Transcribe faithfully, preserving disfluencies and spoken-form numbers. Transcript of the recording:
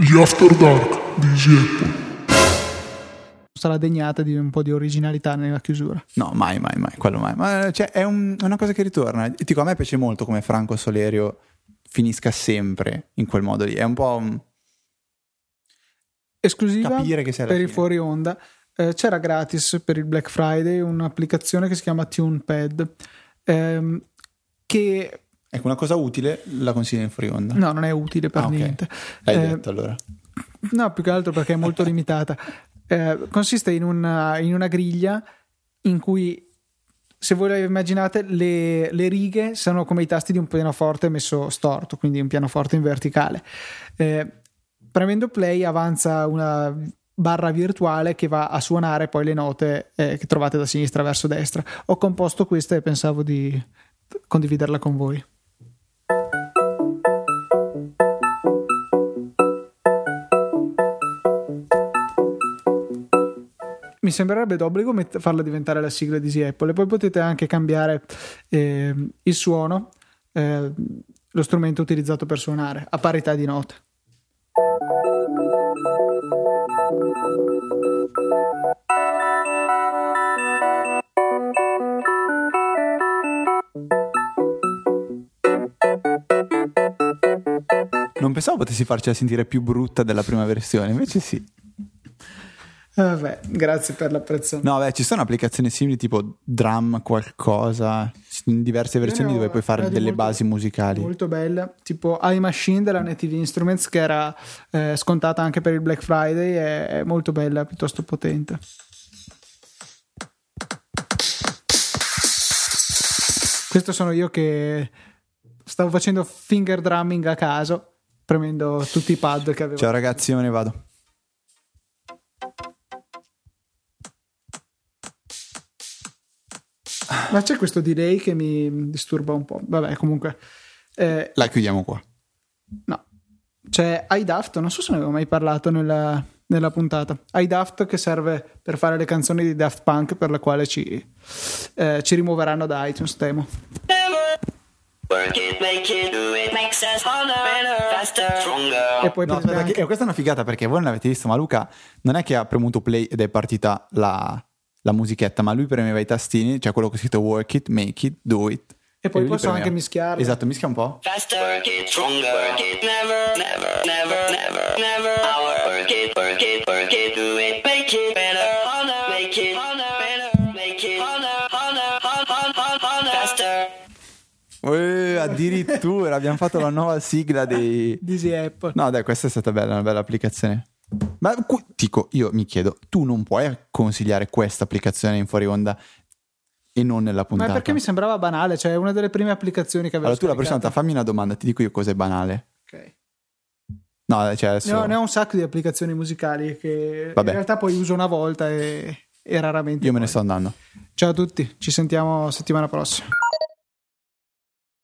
Gli After Dark di Easy Apple. Sarà degnata di un po' di originalità nella chiusura. No, mai, mai, mai, quello mai. Ma cioè, è, un, è una cosa che ritorna. Dico, a me piace molto come Franco Solerio finisca sempre in quel modo lì. È un po' un... esclusiva capire che sei alla per il fine. fuori onda. Eh, c'era gratis per il Black Friday un'applicazione che si chiama TunePad, ehm, che ecco, una cosa utile la consigli in fuori onda. no, non è utile per Ah, ok. niente. L'hai Eh, detto allora. No, più che altro perché è molto limitata. Eh, consiste in una, in una griglia in cui, se voi la immaginate, le, le righe sono come i tasti di un pianoforte messo storto, quindi un pianoforte in verticale. Eh, premendo play avanza una barra virtuale che va a suonare poi le note eh, che trovate da sinistra verso destra. Ho composto questa e pensavo di condividerla con voi. Mi sembrerebbe d'obbligo met- farla diventare la sigla di Easy Apple, e poi potete anche cambiare eh, il suono, eh, lo strumento utilizzato per suonare, a parità di note. Non pensavo potessi farcela sentire più brutta della prima versione, invece sì. Eh, Vabbè, grazie per l'apprezzamento. No, beh, ci sono applicazioni simili tipo Drum qualcosa, in diverse versioni Io ne ho- dove puoi fare ne ho di delle molto- basi musicali. Molto bella, tipo iMachine della Native Instruments, che era eh, scontata anche per il Black Friday, è, è molto bella, piuttosto potente. Questo sono io che stavo facendo finger drumming a caso, premendo tutti i pad che avevo. Ciao ragazzi, io me ne vado. Ma c'è questo delay che mi disturba un po'. Vabbè, comunque eh, La chiudiamo qua. no, c'è iDaft, non so se ne avevo mai parlato nella, nella puntata. iDaft, che serve per fare le canzoni di Daft Punk, per la quale ci, eh, ci rimuoveranno da iTunes, temo. Work it, make it, do it, makes us harder, better, faster, stronger. E poi No, potete aspetta, anche- che- eh, questa è una figata perché voi non l'avete visto, ma Luca non è che ha premuto play ed è partita la, la musichetta, ma lui premeva i tastini, cioè quello che è scritto work it, make it, do it. E poi lui posso premeva. anche mischiarle. Esatto, mischia un po'. Faster, work it, stronger, work it, never, never, never, never, never. Our work it, work it, work it, do it, make it better, harder, make it harder, better, make it harder, harder, harder, harder, harder, faster. Eh, addirittura abbiamo fatto la nuova sigla dei... di Easy Apple. No, dai, questa è stata bella, una bella applicazione. Ma cu- Tico, io mi chiedo, tu non puoi consigliare questa applicazione in fuori onda e non nella Ma puntata? è perché mi sembrava banale, cioè è una delle prime applicazioni che avevo Allora tu la prossima volta scaricato. fammi una domanda, ti dico io cos'è banale. Ok. No, cioè adesso... Ne ho, ne ho un sacco di applicazioni musicali che Vabbè. in realtà poi uso una volta e, e raramente Io me ne poi. sto andando. Ciao a tutti, ci sentiamo settimana prossima.